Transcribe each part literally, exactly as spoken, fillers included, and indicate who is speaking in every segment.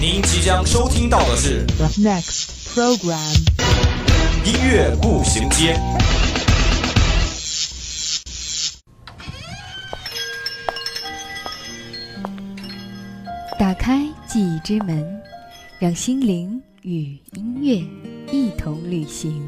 Speaker 1: 您即将收听到的是
Speaker 2: The next program
Speaker 1: 音乐步行街。
Speaker 3: 打开记忆之门，让心灵与音乐一同旅行。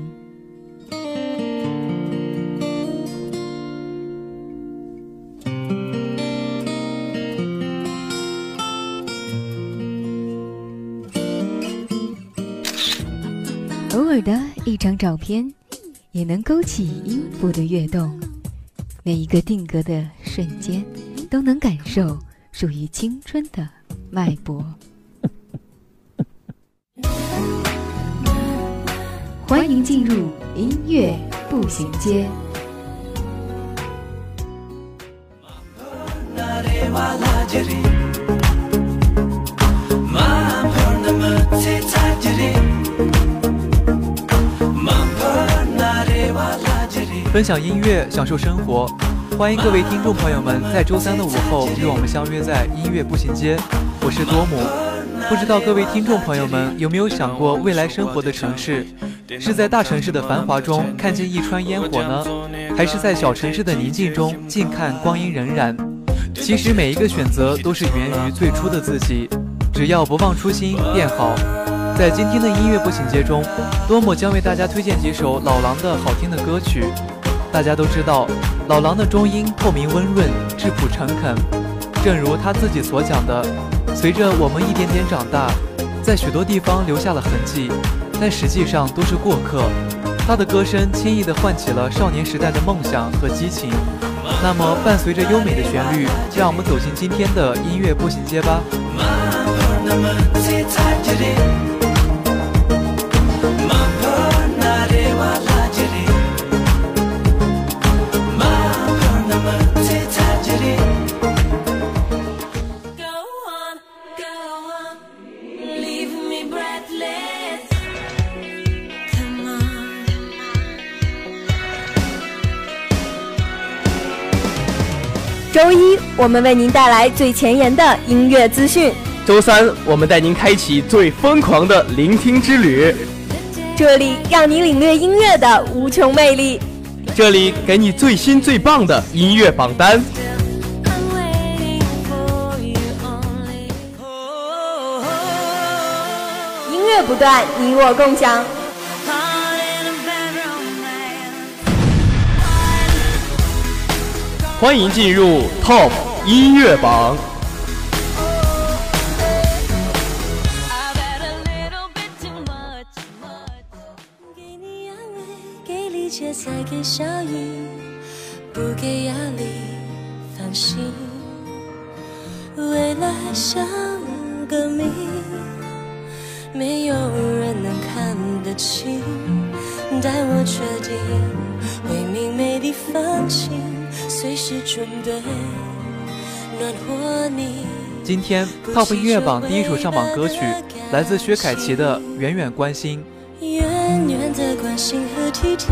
Speaker 3: 偶尔的一张照片，也能勾起音符的跃动。每一个定格的瞬间，都能感受属于青春的脉搏。欢迎进入音乐步行街。
Speaker 4: 分享音乐，享受生活。欢迎各位听众朋友们在周三的午后与我们相约在音乐步行街，我是多姆。不知道各位听众朋友们有没有想过，未来生活的城市是在大城市的繁华中看见一川烟火呢，还是在小城市的宁静中静看光阴荏苒？其实每一个选择都是源于最初的自己，只要不忘初心便好。在今天的音乐步行街中，多姆将为大家推荐几首老狼的好听的歌曲。大家都知道，老狼的中音透明温润，质朴诚恳。正如他自己所讲的，随着我们一点点长大，在许多地方留下了痕迹，但实际上都是过客。他的歌声轻易地唤起了少年时代的梦想和激情。那么伴随着优美的旋律，让我们走进今天的音乐步行街吧。
Speaker 5: 周一，我们为您带来最前沿的音乐资讯；
Speaker 6: 周三，我们带您开启最疯狂的聆听之旅。
Speaker 5: 这里让你领略音乐的无穷魅力，
Speaker 6: 这里给你最新最棒的音乐榜单。
Speaker 5: 音乐不断，你我共享。
Speaker 6: 欢迎进入 Top 音乐榜。
Speaker 7: 给你安慰，给理解，才给笑意，不给压力，放心。未来像个谜，没有人能看得清，但我确定会明媚地放晴。随时准备暖和你。
Speaker 4: 今天 Top 音乐榜第一首上榜歌曲来自薛凯琪的《远远关心》。
Speaker 7: 远远的关心和体贴，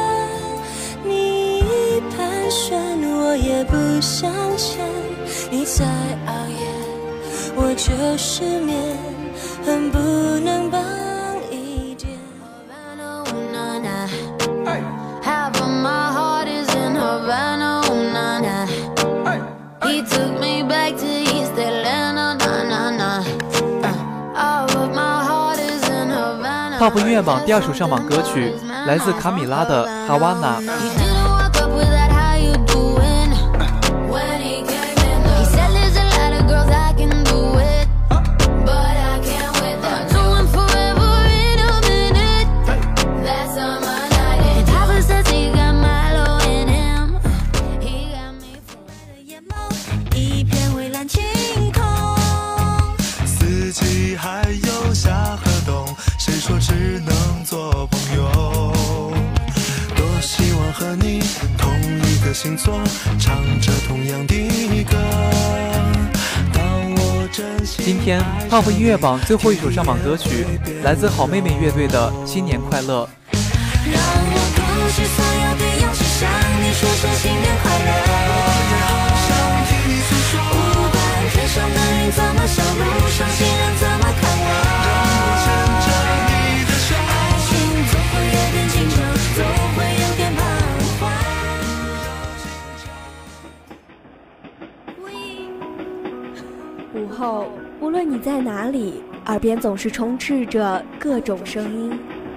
Speaker 7: 你盘旋我也不向前，你在熬夜我就失眠，恨不能帮一点。He took me back to East Atlanta, na na na. All of my heart is in Havana.
Speaker 4: Top 音乐榜第二首上榜歌曲来自卡米拉的《哈瓦那》。
Speaker 8: 星座唱着同样的歌。
Speaker 4: 今天 Top 音乐榜最后一首上榜歌曲来自好妹妹乐队的《新年快乐》。
Speaker 7: 让我鼓起所有的勇气向你说声新年快乐。不管天上的云怎么笑，路上行人怎么看
Speaker 5: 午后，无论你在哪里，耳边总是充斥着各种声音。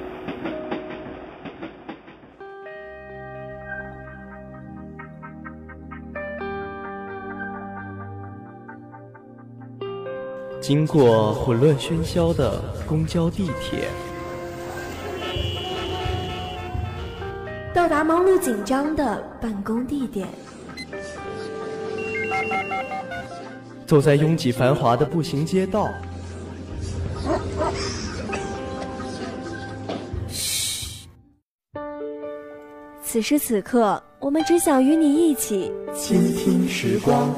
Speaker 6: 经过混乱喧嚣的公交地铁，
Speaker 5: 到达忙碌紧张的办公地点，
Speaker 6: 走在拥挤繁华的步行街道，
Speaker 5: 嘘，此时此刻，我们只想与你一起
Speaker 6: 倾听时光。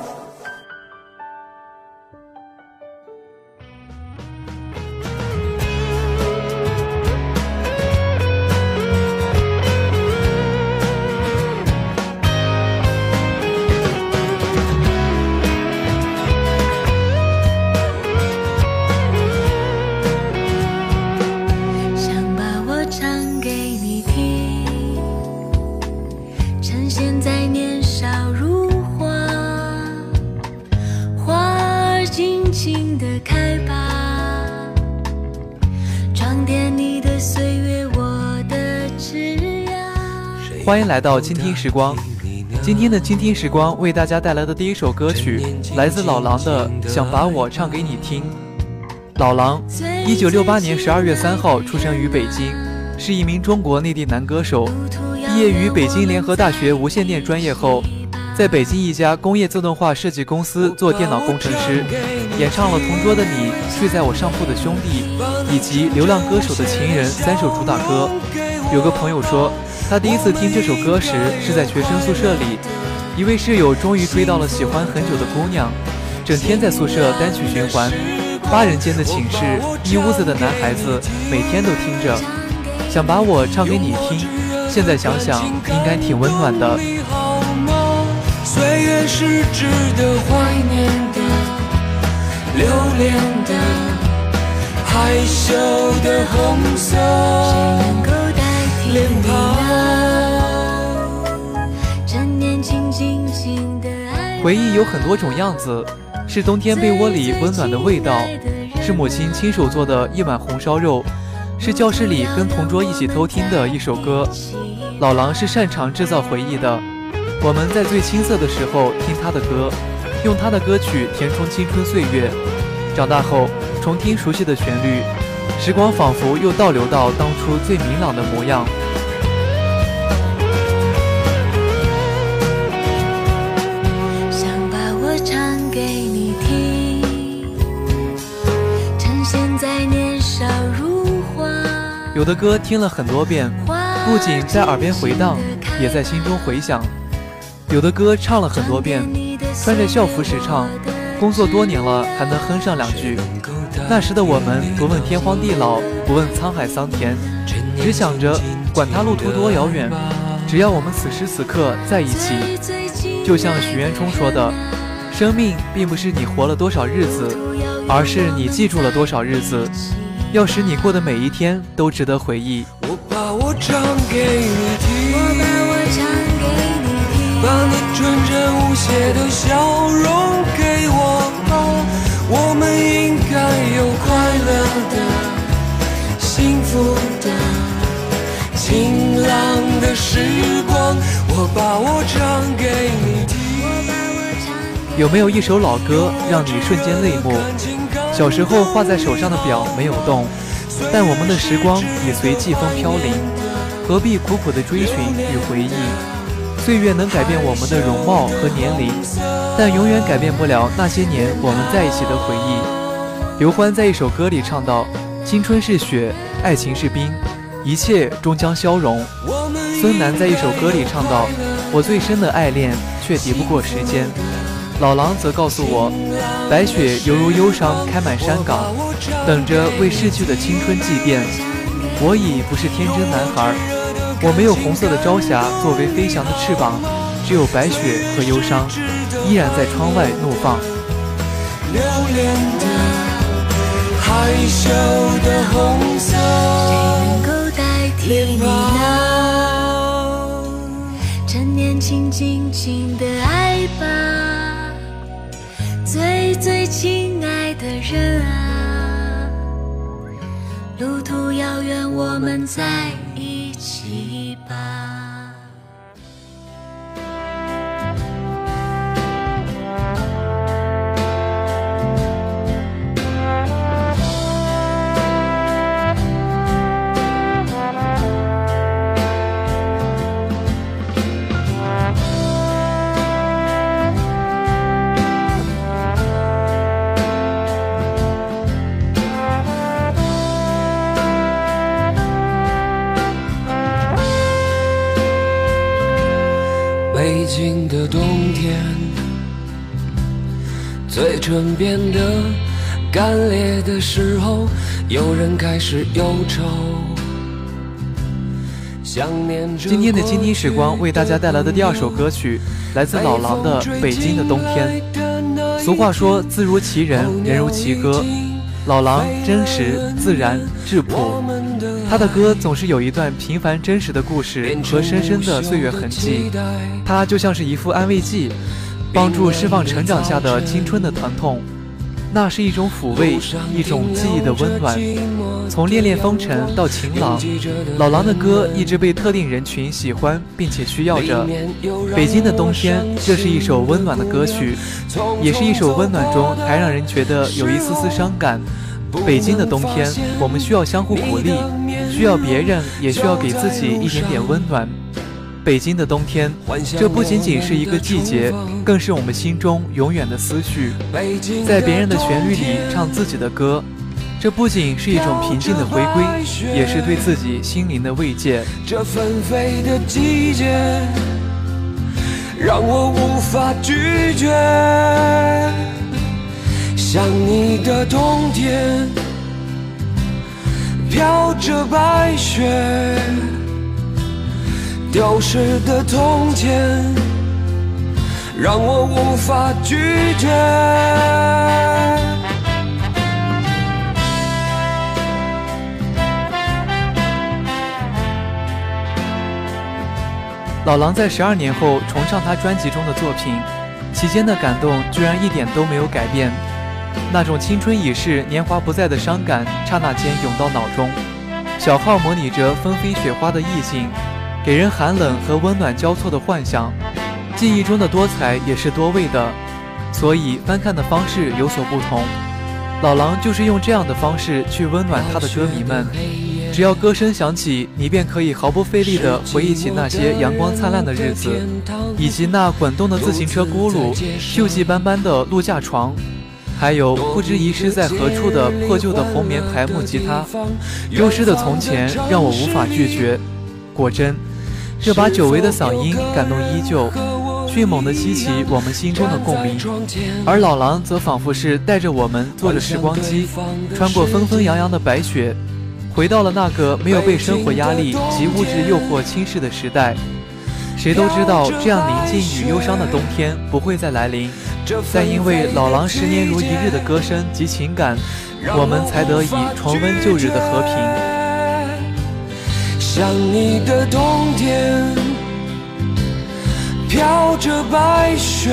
Speaker 4: 欢迎来到倾听时光。今天的倾听时光为大家带来的第一首歌曲来自老狼的《想把我唱给你听》。老狼一九六八年十二月三号出生于北京，是一名中国内地男歌手。毕业于北京联合大学无线电专业后，在北京一家工业自动化设计公司做电脑工程师，演唱了《同桌的你》、《睡在我上铺的兄弟》以及《流浪歌手的情人》三首主打歌。有个朋友说，他第一次听这首歌时是在学生宿舍里，一位室友终于追到了喜欢很久的姑娘，整天在宿舍单曲循环，八人间的寝室，一屋子的男孩子每天都听着，想把我唱给你听，现在想想应该挺温暖的。
Speaker 9: 岁月是值得怀念的，留恋的，害羞的红色，谁能够代替脸
Speaker 4: 庞？回忆有很多种样子，是冬天被窝里温暖的味道，是母亲亲手做的一碗红烧肉，是教室里跟同桌一起偷听的一首歌。老狼是擅长制造回忆的，我们在最青涩的时候听他的歌，用他的歌曲填充青春岁月。长大后重听熟悉的旋律，时光仿佛又倒流到当初最明朗的模样。
Speaker 7: 想把我唱给你听，趁现在年少如花。
Speaker 4: 有的歌听了很多遍，不仅在耳边回荡，也在心中回响。有的歌唱了很多遍，穿着校服时唱，工作多年了还能哼上两句。那时的我们不问天荒地老，不问沧海桑田，只想着管他路途多遥远，只要我们此时此刻在一起。就像许渊冲说的，生命并不是你活了多少日子，而是你记住了多少日子，要使你过的每一天都值得回忆。
Speaker 9: 我把我唱给你听，我把我唱给你听，把你纯真无邪的笑容给我吧，我们应该有快乐的、幸福的、晴朗的时光。我把我唱给你听。
Speaker 4: 有没有一首老歌让你瞬间泪目？小时候画在手上的表没有动，但我们的时光已随季风飘零，何必苦苦的追寻与回忆？岁月能改变我们的容貌和年龄，但永远改变不了那些年我们在一起的回忆。刘欢在一首歌里唱道：青春是雪，爱情是冰，一切终将消融。孙楠在一首歌里唱道：我最深的爱恋却敌不过时间。老狼则告诉我，白雪犹如忧伤开满山岗，等着为逝去的青春祭奠。我已不是天真男孩，我没有红色的朝霞作为飞翔的翅膀，只有白雪和忧伤依然在窗外怒放。
Speaker 9: 留恋的、害羞的红色，
Speaker 7: 谁能够代替你呢？趁年轻尽情的爱吧，最最亲爱的人啊，路途遥远，我们在一起吧。
Speaker 9: 北京的冬天，嘴唇变得干裂的时候，有人开始忧愁。
Speaker 4: 今天的倾听时光为大家带来的第二首歌曲，来自老狼的《北京的冬天》。俗话说，字如其人，人如其歌。老狼真实、自然、质朴，他的歌总是有一段平凡真实的故事和深深的岁月痕迹。它就像是一副安慰剂，帮助释放成长下的青春的疼痛。那是一种抚慰，一种记忆的温暖。从恋恋风尘到晴朗，老狼的歌一直被特定人群喜欢并且需要着。北京的冬天，这是一首温暖的歌曲，也是一首温暖中还让人觉得有一丝丝伤感。北京的冬天，我们需要相互鼓励，需要别人，也需要给自己一点点温暖。北京的冬天，这不仅仅是一个季节，更是我们心中永远的思绪。在别人的旋律里唱自己的歌，这不仅是一种平静的回归，也是对自己心灵的慰藉。
Speaker 9: 这纷飞的季节让我无法拒绝，像你的冬天飘着白雪，丢失的从前让我无法拒绝。
Speaker 4: 老狼在十二年后重唱他专辑中的作品，期间的感动居然一点都没有改变。那种青春已逝、年华不在的伤感，刹那间涌到脑中。小号模拟着纷飞雪花的意境，给人寒冷和温暖交错的幻想。记忆中的多彩也是多味的，所以翻看的方式有所不同。老狼就是用这样的方式去温暖他的歌迷们。只要歌声响起，你便可以毫不费力地回忆起那些阳光灿烂的日子，以及那滚动的自行车轱辘、锈迹斑斑的路架床，还有不知遗失在何处的破旧的红棉牌木吉他。丢失的从前让我无法拒绝。果真，这把久违的嗓音感动依旧，迅猛地激起我们心中的共鸣。而老狼则仿佛是带着我们坐着时光机，穿过纷纷扬扬的白雪，回到了那个没有被生活压力及物质诱惑侵蚀的时代。谁都知道，这样宁静与忧伤的冬天不会再来临，再因为老狼十年如一日的歌声及情感，我们才得以重温旧日的和平。
Speaker 9: 像你的冬天飘着白雪，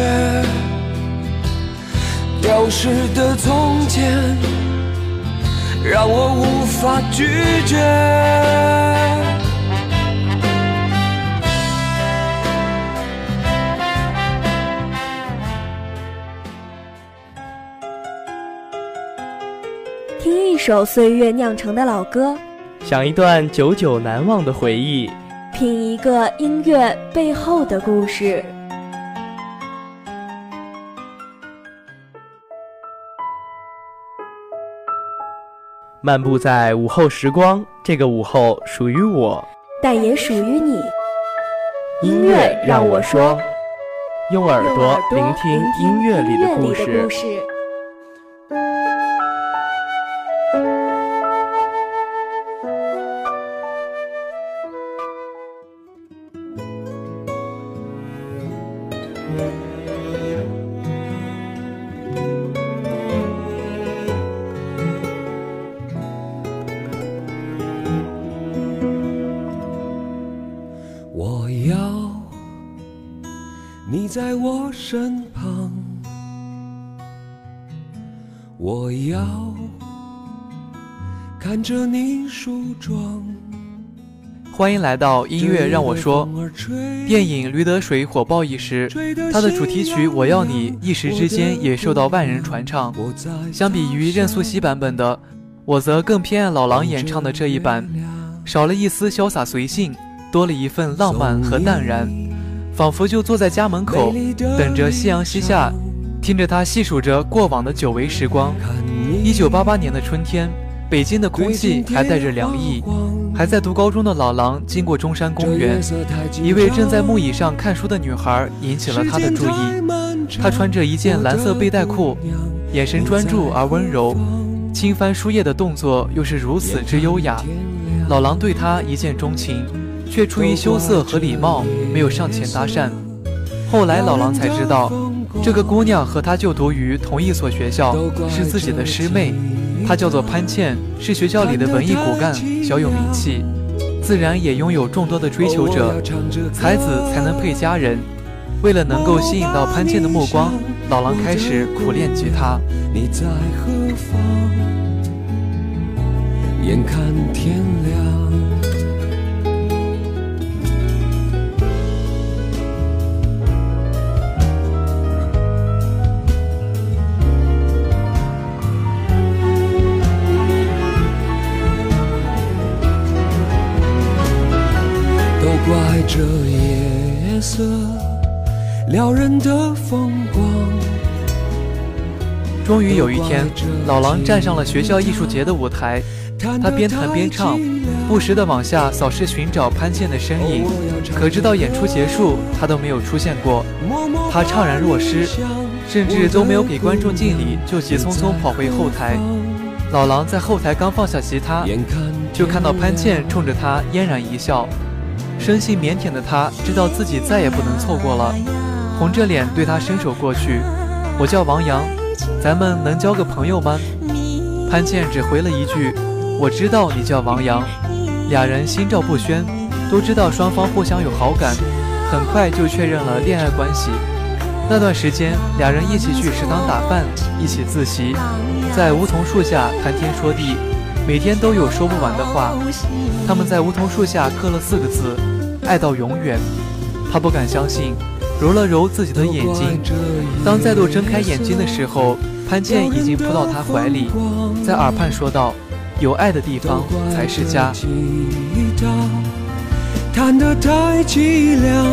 Speaker 9: 丢失的从前让我无法拒绝。
Speaker 5: 听一首岁月酿成的老歌，
Speaker 6: 想一段久久难忘的回忆，
Speaker 5: 品一个音乐背后的故事。
Speaker 6: 漫步在午后时光，这个午后属于我，
Speaker 5: 但也属于你。
Speaker 6: 音乐让我说，用耳朵聆听音乐里的故事。
Speaker 9: 我要你在我身旁， 我要看着你梳妆。
Speaker 4: 欢迎来到音乐让我说。电影《驴得水》火爆一时，它的主题曲《我要你》一时之间也受到万人传唱。相比于任素汐版本的，我则更偏爱老狼演唱的这一版，少了一丝潇洒随性，多了一份浪漫和淡然，仿佛就坐在家门口，等着夕阳西下，听着他细数着过往的久违时光。一九八八年的春天，北京的空气还带着凉意，还在读高中的老狼经过中山公园，一位正在木椅上看书的女孩引起了他的注意。她穿着一件蓝色背带裤，眼神专注而温柔，轻翻书页的动作又是如此之优雅。老狼对她一见钟情，却出于羞涩和礼貌没有上前搭讪。后来老狼才知道，这个姑娘和他就读于同一所学校，是自己的师妹。她叫做潘倩，是学校里的文艺骨干，小有名气，自然也拥有众多的追求者。才子才能配佳人，为了能够吸引到潘倩的目光，老狼开始苦练吉他。
Speaker 9: 你在何方？眼看天亮，怪这夜色撩人的风光。
Speaker 4: 终于有一天，老狼站上了学校艺术节的舞台，他边弹边唱，不时地往下扫视寻找潘倩的身影，可直到演出结束，他都没有出现过。他怅然若失，甚至都没有给观众敬礼，就急匆匆跑回后台。老狼在后台刚放下吉他，就看到潘倩冲着他嫣然一笑。生性腼腆的他知道自己再也不能错过了，红着脸对他伸手过去。我叫王阳，咱们能交个朋友吗？潘倩只回了一句，我知道你叫王阳。俩人心照不宣，都知道双方互相有好感，很快就确认了恋爱关系。那段时间，俩人一起去食堂打饭，一起自习，在梧桐树下谈天说地，每天都有说不完的话。他们在梧桐树下刻了四个字，爱到永远。他不敢相信，揉了揉自己的眼睛，当再度睁开眼睛的时候，潘倩已经扑到他怀里，在耳畔说道，有爱的地方才是家。
Speaker 9: 弹得太凄凉，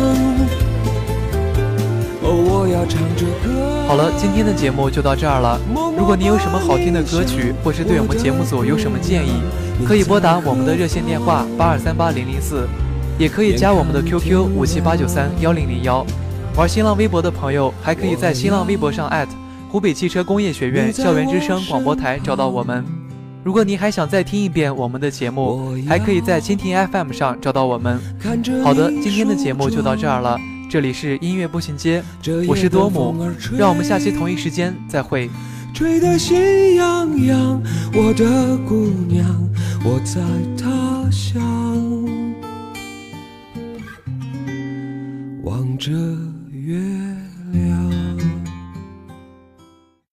Speaker 9: 我要唱着歌。
Speaker 4: 好了，今天的节目就到这儿了。如果你有什么好听的歌曲，或是对我们节目组有什么建议，可以拨打我们的热线电话八二三八零零四，也可以加我们的 Q Q 五七八九三幺零零幺。玩新浪微博的朋友，还可以在新浪微博上@湖北汽车工业学院校园之声广播台找到我们。如果你还想再听一遍我们的节目，还可以在蜻蜓 F M 上找到我们。好的，今天的节目就到这儿了。这里是音乐步行街，我是多姆，让我们下期同一时间再会。
Speaker 9: 吹得心痒痒，我的姑娘，我在他乡望着